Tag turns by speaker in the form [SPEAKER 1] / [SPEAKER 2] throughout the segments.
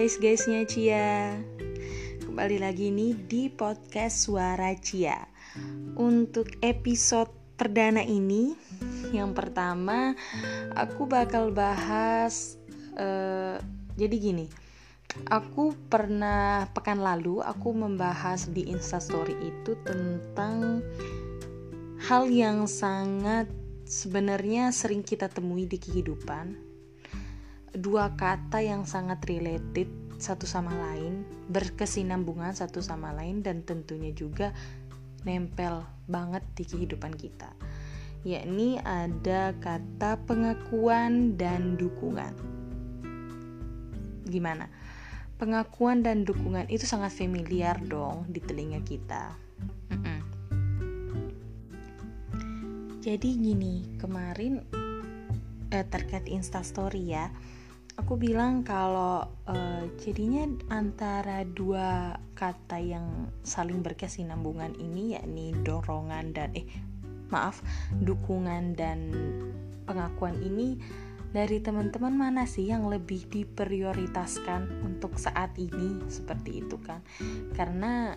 [SPEAKER 1] guys-guysnya Cia. Kembali lagi nih di podcast Suara Cia. Untuk episode perdana ini, yang pertama aku bakal bahas jadi gini. Aku pernah pekan lalu aku membahas di Instastory itu tentang hal yang sangat sebenarnya sering kita temui di kehidupan. Dua kata yang sangat related satu sama lain, berkesinambungan satu sama lain, dan tentunya juga nempel banget di kehidupan kita, yakni ada kata pengakuan dan dukungan. Gimana? Pengakuan dan dukungan itu sangat familiar dong di telinga kita. Jadi gini, kemarin terkait Instastory ya, aku bilang kalau jadinya antara dua kata yang saling berkesinambungan ini, yakni dukungan dan pengakuan ini, dari teman-teman mana sih yang lebih diprioritaskan untuk saat ini, seperti itu kan? Karena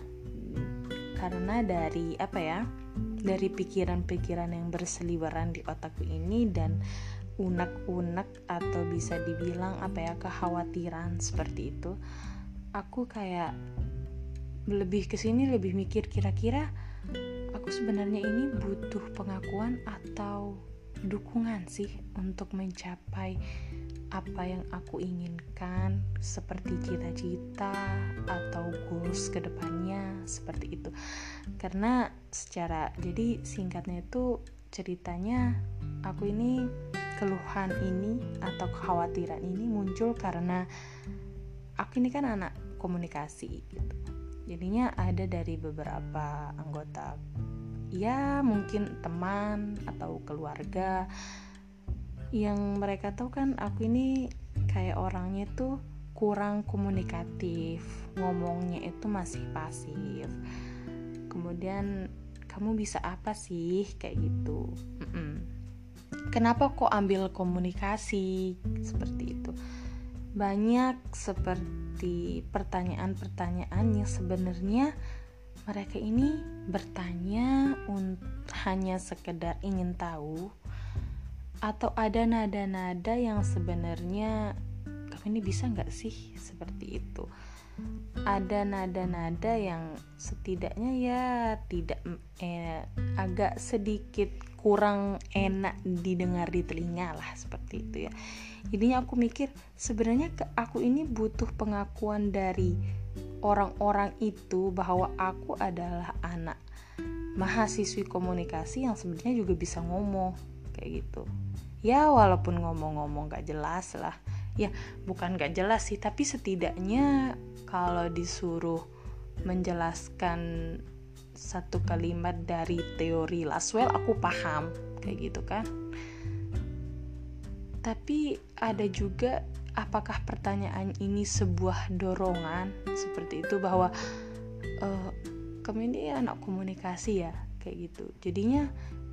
[SPEAKER 1] dari dari pikiran-pikiran yang berseliweran di otakku ini dan unek-unek atau bisa dibilang kekhawatiran seperti itu, aku kayak lebih kesini lebih mikir kira-kira aku sebenarnya ini butuh pengakuan atau dukungan sih untuk mencapai apa yang aku inginkan, seperti cita-cita atau goals ke depannya, seperti itu. Karena jadi singkatnya itu ceritanya, aku ini keluhan ini atau kekhawatiran ini muncul karena aku ini kan anak komunikasi gitu. Jadinya ada dari beberapa anggota, ya mungkin teman atau keluarga, yang mereka tahu kan aku ini kayak orangnya tuh kurang komunikatif, ngomongnya itu masih pasif. Kemudian, kamu bisa apa sih kayak gitu? Kenapa kok ambil komunikasi seperti itu? Banyak seperti pertanyaan-pertanyaan yang sebenarnya mereka ini bertanya hanya sekedar ingin tahu, atau ada nada-nada yang sebenarnya kamu ini bisa nggak sih seperti itu? Ada nada-nada yang setidaknya ya tidak agak sedikit kurang enak didengar di telinga lah, seperti itu ya. Jadinya aku mikir sebenarnya aku ini butuh pengakuan dari orang-orang itu bahwa aku adalah anak mahasiswi komunikasi yang sebenarnya juga bisa ngomong kayak gitu. Ya walaupun ngomong-ngomong gak jelas lah. Ya bukan gak jelas sih, tapi setidaknya kalau disuruh menjelaskan satu kalimat dari teori Laswell aku paham kayak gitu kan. Tapi ada juga, apakah pertanyaan ini sebuah dorongan seperti itu bahwa kamu ini anak komunikasi ya kayak gitu. Jadinya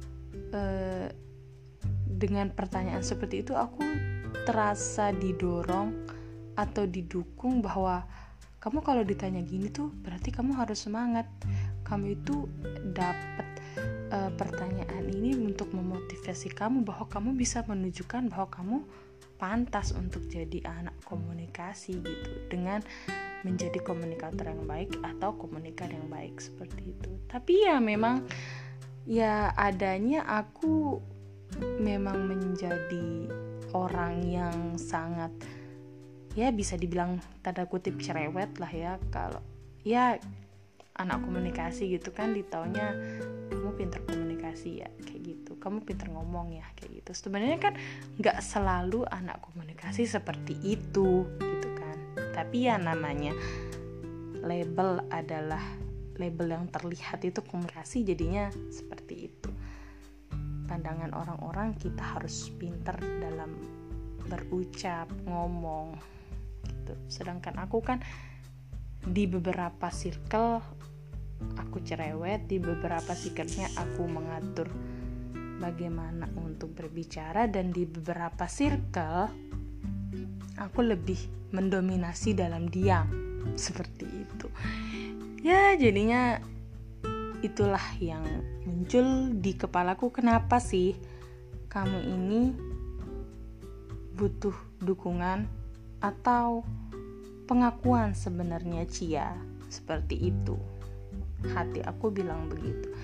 [SPEAKER 1] dengan pertanyaan seperti itu aku terasa didorong atau didukung bahwa kamu kalau ditanya gini tuh berarti kamu harus semangat. Kamu itu dapat pertanyaan ini untuk memotivasi kamu bahwa kamu bisa menunjukkan bahwa kamu pantas untuk jadi anak komunikasi gitu, dengan menjadi komunikator yang baik atau komunikan yang baik seperti itu. Tapi ya memang ya adanya aku memang menjadi orang yang sangat ya bisa dibilang tanda kutip cerewet lah ya. Kalau ya anak komunikasi gitu kan ditaunya kamu pintar komunikasi ya kayak gitu, kamu pintar ngomong ya kayak gitu. Sebenarnya kan nggak selalu anak komunikasi seperti itu gitu kan, tapi ya namanya label adalah label yang terlihat itu komunikasi, jadinya seperti itu. Pandangan orang-orang kita harus pintar dalam berucap, ngomong gitu. Sedangkan aku kan di beberapa circle aku cerewet, di beberapa circle-nya aku mengatur bagaimana untuk berbicara, dan di beberapa circle aku lebih mendominasi dalam diam, seperti itu. Ya, jadinya itulah yang muncul di kepalaku, kenapa sih kamu ini butuh dukungan atau pengakuan sebenarnya, Cia? Seperti itu. Hati aku bilang begitu.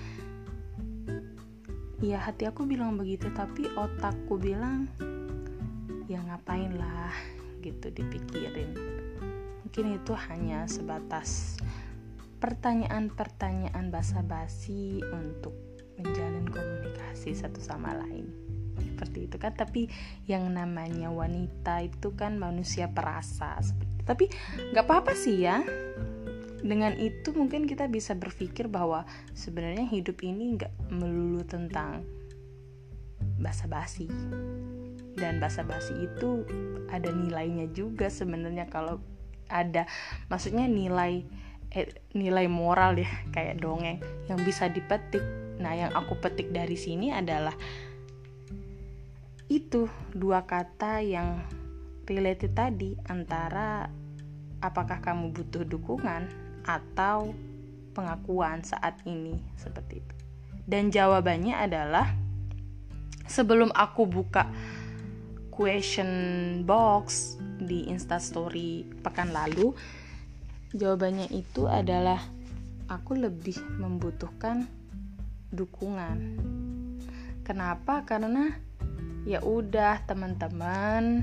[SPEAKER 1] Ya, hati aku bilang begitu, tapi otakku bilang ya ngapain lah gitu dipikirin. Mungkin itu hanya sebatas pertanyaan-pertanyaan basa-basi untuk menjalin komunikasi satu sama lain, seperti itu kan. Tapi yang namanya wanita itu kan manusia perasa, tapi nggak apa-apa sih ya. Dengan itu mungkin kita bisa berpikir bahwa sebenarnya hidup ini nggak melulu tentang basa-basi, dan basa-basi itu ada nilainya juga sebenarnya. Kalau ada, maksudnya nilai moral ya, kayak dongeng yang bisa dipetik. Nah, yang aku petik dari sini adalah itu dua kata yang related tadi, antara apakah kamu butuh dukungan atau pengakuan saat ini, seperti itu. Dan jawabannya adalah, sebelum aku buka question box di Instastory pekan lalu, jawabannya itu adalah aku lebih membutuhkan dukungan. Kenapa? Karena ya udah, teman-teman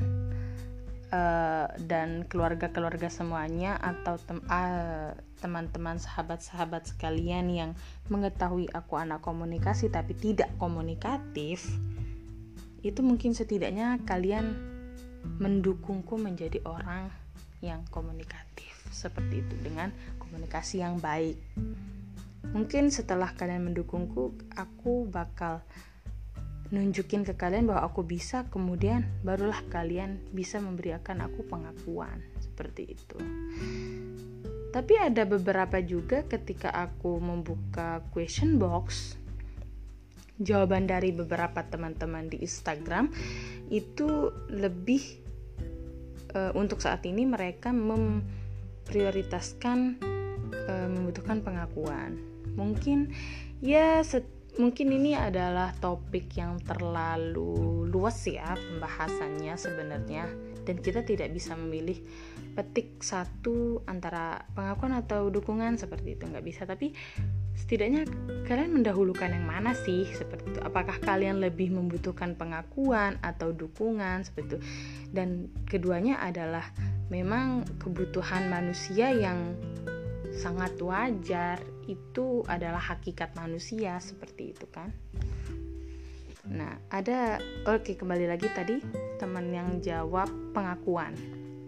[SPEAKER 1] dan keluarga-keluarga semuanya, atau teman-teman, sahabat-sahabat sekalian yang mengetahui aku anak komunikasi tapi tidak komunikatif, itu mungkin setidaknya kalian mendukungku menjadi orang yang komunikatif, seperti itu, dengan komunikasi yang baik. Mungkin setelah kalian mendukungku, aku bakal nunjukin ke kalian bahwa aku bisa, kemudian barulah kalian bisa memberikan aku pengakuan, seperti itu. Tapi ada beberapa juga ketika aku membuka question box, jawaban dari beberapa teman-teman di Instagram itu lebih untuk saat ini mereka memprioritaskan membutuhkan pengakuan. Mungkin ini adalah topik yang terlalu luas ya pembahasannya sebenarnya, dan kita tidak bisa memilih petik satu antara pengakuan atau dukungan, seperti itu, nggak bisa. Tapi setidaknya kalian mendahulukan yang mana sih, seperti itu? Apakah kalian lebih membutuhkan pengakuan atau dukungan, seperti itu? Dan keduanya adalah memang kebutuhan manusia yang sangat wajar, itu adalah hakikat manusia, seperti itu kan. Nah, kembali lagi tadi teman yang jawab pengakuan.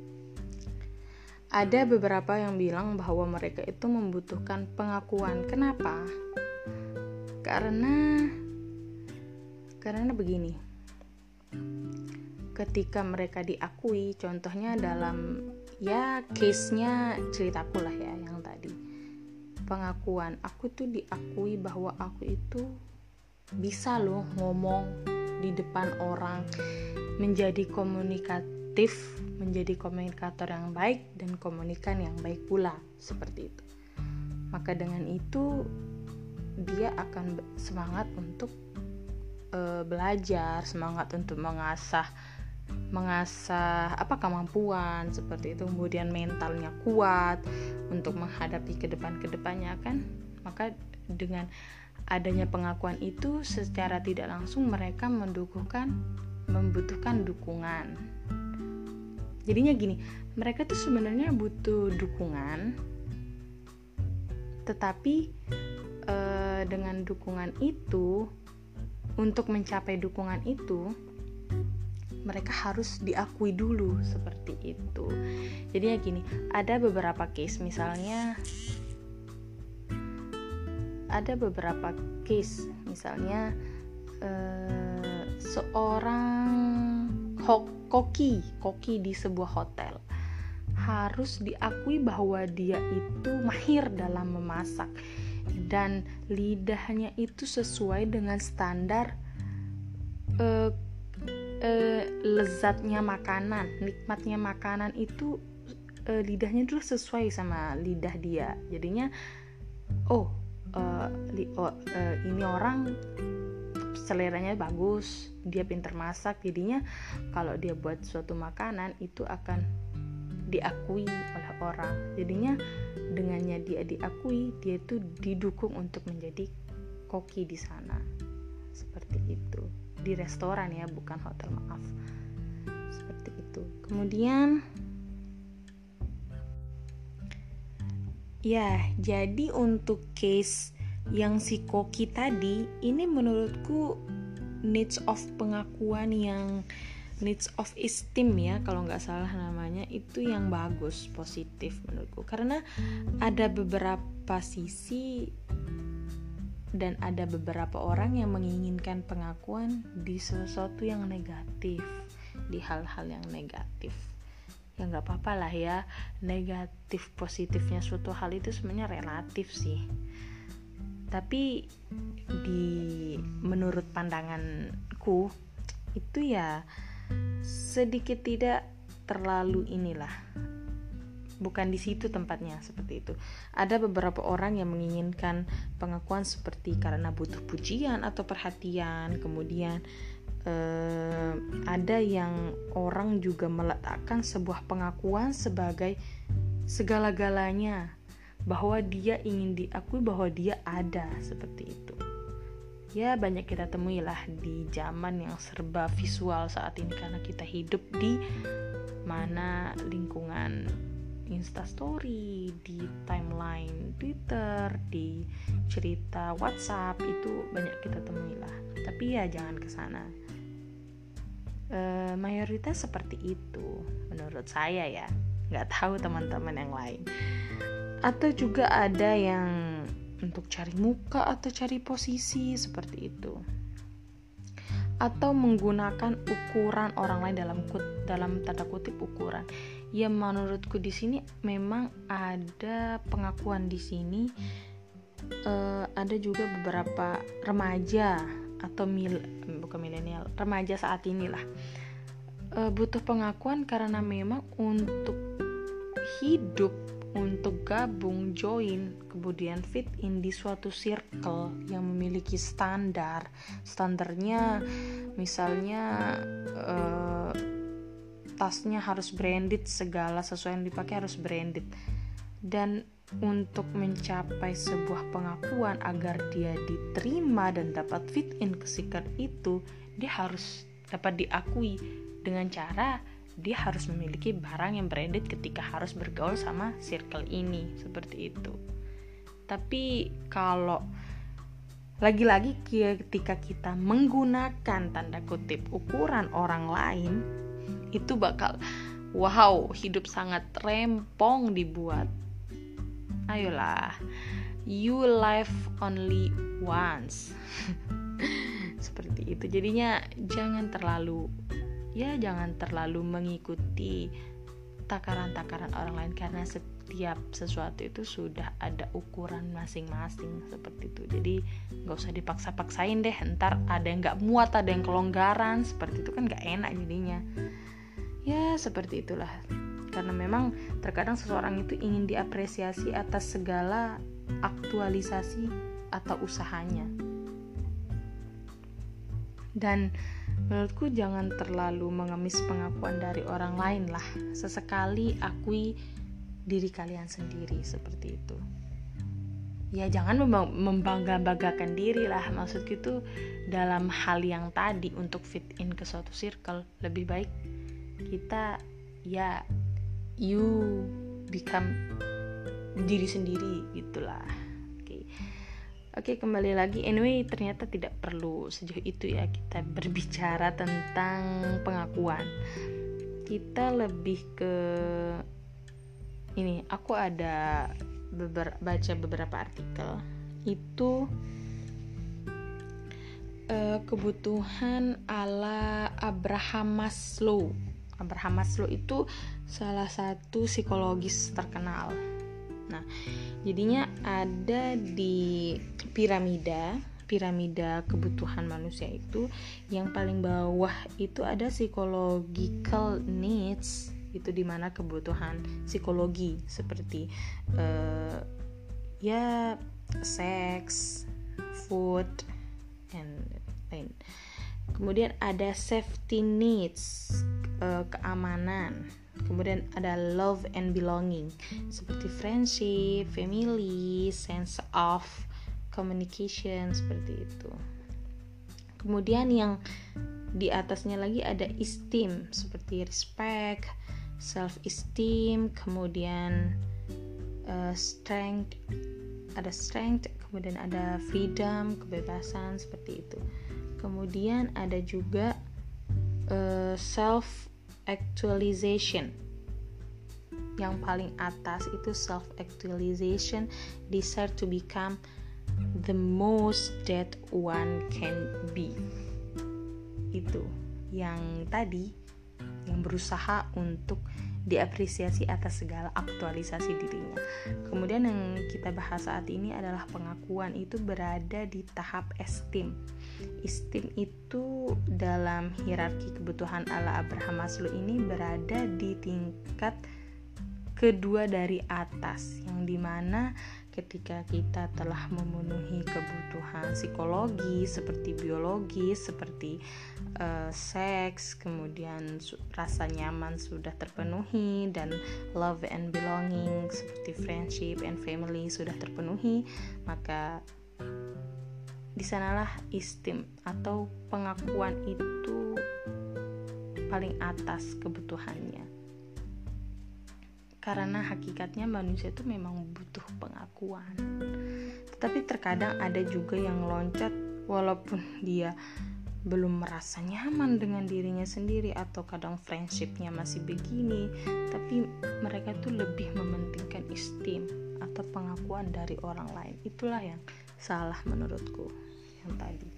[SPEAKER 1] Ada beberapa yang bilang bahwa mereka itu membutuhkan pengakuan. Kenapa? Karena begini. Ketika mereka diakui, contohnya dalam case-nya ceritaku lah ya yang tadi. Pengakuan, aku tuh diakui bahwa aku itu bisa loh ngomong di depan orang, menjadi komunikatif, menjadi komunikator yang baik dan komunikan yang baik pula, seperti itu. Maka dengan itu dia akan semangat untuk belajar, semangat untuk mengasah kemampuan, seperti itu. Kemudian mentalnya kuat untuk menghadapi kedepannya kan. Maka dengan adanya pengakuan itu secara tidak langsung mereka membutuhkan dukungan. Jadinya gini, mereka tuh sebenarnya butuh dukungan, tetapi dengan dukungan itu, untuk mencapai dukungan itu mereka harus diakui dulu, seperti itu. Jadinya gini, ada beberapa case, misalnya seorang koki di sebuah hotel harus diakui bahwa dia itu mahir dalam memasak dan lidahnya itu sesuai dengan standar lezatnya makanan, nikmatnya makanan itu lidahnya dulu sesuai sama lidah dia. Jadinya ini orang seleranya bagus, dia pintar masak, jadinya kalau dia buat suatu makanan itu akan diakui oleh orang. Jadinya dengannya dia diakui, dia itu didukung untuk menjadi koki di sana. Seperti itu. Di restoran ya, bukan hotel, maaf. Seperti itu. Kemudian ya, jadi untuk case yang si koki tadi, ini menurutku needs of pengakuan yang needs of esteem ya, kalau nggak salah namanya, itu yang bagus, positif menurutku. Karena ada beberapa sisi dan ada beberapa orang yang menginginkan pengakuan di sesuatu yang negatif, di hal-hal yang negatif. Ya nggak apa-apa lah ya, negatif positifnya suatu hal itu sebenarnya relatif sih. Tapi menurut pandanganku itu ya sedikit tidak terlalu bukan di situ tempatnya, seperti itu. Ada beberapa orang yang menginginkan pengakuan seperti karena butuh pujian atau perhatian. Kemudian ada yang orang juga meletakkan sebuah pengakuan sebagai segala-galanya, bahwa dia ingin diakui bahwa dia ada, seperti itu. Ya, banyak kita temui lah di zaman yang serba visual saat ini, karena kita hidup di mana lingkungan Instastory, di timeline Twitter, di cerita WhatsApp, itu banyak kita temui lah. Tapi ya jangan kesana. Mayoritas seperti itu menurut saya ya, nggak tahu teman-teman yang lain. Atau juga ada yang untuk cari muka atau cari posisi, seperti itu. Atau menggunakan ukuran orang lain dalam tanda kutip ukuran. Ya menurutku di sini memang ada pengakuan di sini. Ada juga beberapa remaja atau bukan milenial, remaja saat inilah butuh pengakuan karena memang untuk hidup, untuk gabung, join, kemudian fit in di suatu circle yang memiliki standarnya misalnya tasnya harus branded, segala sesuatu yang dipakai harus branded. Dan untuk mencapai sebuah pengakuan agar dia diterima dan dapat fit in ke circle itu, dia harus dapat diakui dengan cara dia harus memiliki barang yang branded ketika harus bergaul sama circle ini, seperti itu. Tapi kalau lagi-lagi ketika kita menggunakan tanda kutip ukuran orang lain, itu bakal hidup sangat rempong dibuat. Ayolah, you live only once. Seperti itu. Jadinya jangan terlalu mengikuti takaran-takaran orang lain, karena setiap sesuatu itu sudah ada ukuran masing-masing, seperti itu. Jadi nggak usah dipaksa-paksain deh, ntar ada yang nggak muat, ada yang kelonggaran, seperti itu kan nggak enak jadinya. Ya seperti itulah, karena memang terkadang seseorang itu ingin diapresiasi atas segala aktualisasi atau usahanya. Dan menurutku jangan terlalu mengemis pengakuan dari orang lain lah. Sesekali akui diri kalian sendiri, seperti itu. Ya jangan membangga-banggakan diri lah. Maksudku itu dalam hal yang tadi, untuk fit in ke suatu circle, lebih baik kita you become diri sendiri gitulah. Oke, kembali lagi. Anyway, ternyata tidak perlu sejauh itu ya kita berbicara tentang pengakuan. Kita lebih ke ini. Aku ada baca beberapa artikel. Itu kebutuhan ala Abraham Maslow. Abraham Maslow itu salah satu psikologis terkenal. Nah, jadinya ada di piramida kebutuhan manusia itu, yang paling bawah itu ada psychological needs, itu dimana kebutuhan psikologi seperti seks, food, and lain. Kemudian ada safety needs, keamanan. Kemudian ada love and belonging seperti friendship, family, sense of communication, seperti itu. Kemudian yang di atasnya lagi ada esteem seperti respect, self esteem, kemudian strength, kemudian ada freedom, kebebasan, seperti itu. Kemudian ada juga self actualization. Yang paling atas itu self actualization, desire to become the most that one can be. Itu yang tadi, yang berusaha untuk diapresiasi atas segala aktualisasi dirinya. Kemudian yang kita bahas saat ini adalah pengakuan, itu berada di tahap esteem. Esteem itu dalam hierarki kebutuhan ala Abraham Maslow ini berada di tingkat kedua dari atas, yang dimana ketika kita telah memenuhi kebutuhan psikologi seperti biologis, seperti seks, kemudian rasa nyaman sudah terpenuhi, dan love and belonging seperti friendship and family sudah terpenuhi, maka di sanalah esteem atau pengakuan itu paling atas kebutuhannya. Karena hakikatnya manusia itu memang butuh pengakuan. Tetapi terkadang ada juga yang loncat walaupun dia belum merasa nyaman dengan dirinya sendiri, atau kadang friendshipnya masih begini, tapi mereka tuh lebih mementingkan esteem atau pengakuan dari orang lain. Itulah yang salah menurutku yang tadi.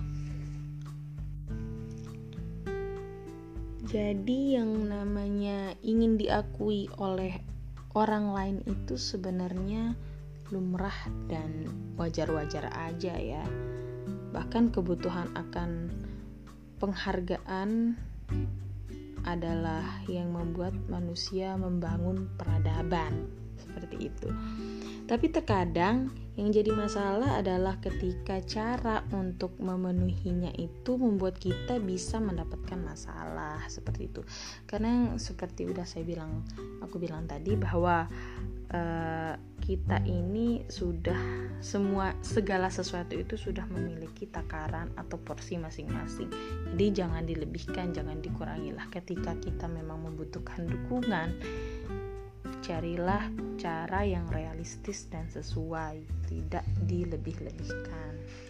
[SPEAKER 1] Jadi yang namanya ingin diakui oleh orang lain itu sebenarnya lumrah dan wajar-wajar aja ya. Bahkan kebutuhan akan penghargaan adalah yang membuat manusia membangun peradaban, seperti itu. Tapi terkadang yang jadi masalah adalah ketika cara untuk memenuhinya itu membuat kita bisa mendapatkan masalah, seperti itu. Karena seperti udah aku bilang tadi bahwa kita ini sudah segala sesuatu itu sudah memiliki takaran atau porsi masing-masing. Jadi jangan dilebihkan, jangan dikurangilah. Ketika kita memang membutuhkan dukungan, carilah cara yang realistis dan sesuai, tidak dilebih-lebihkan.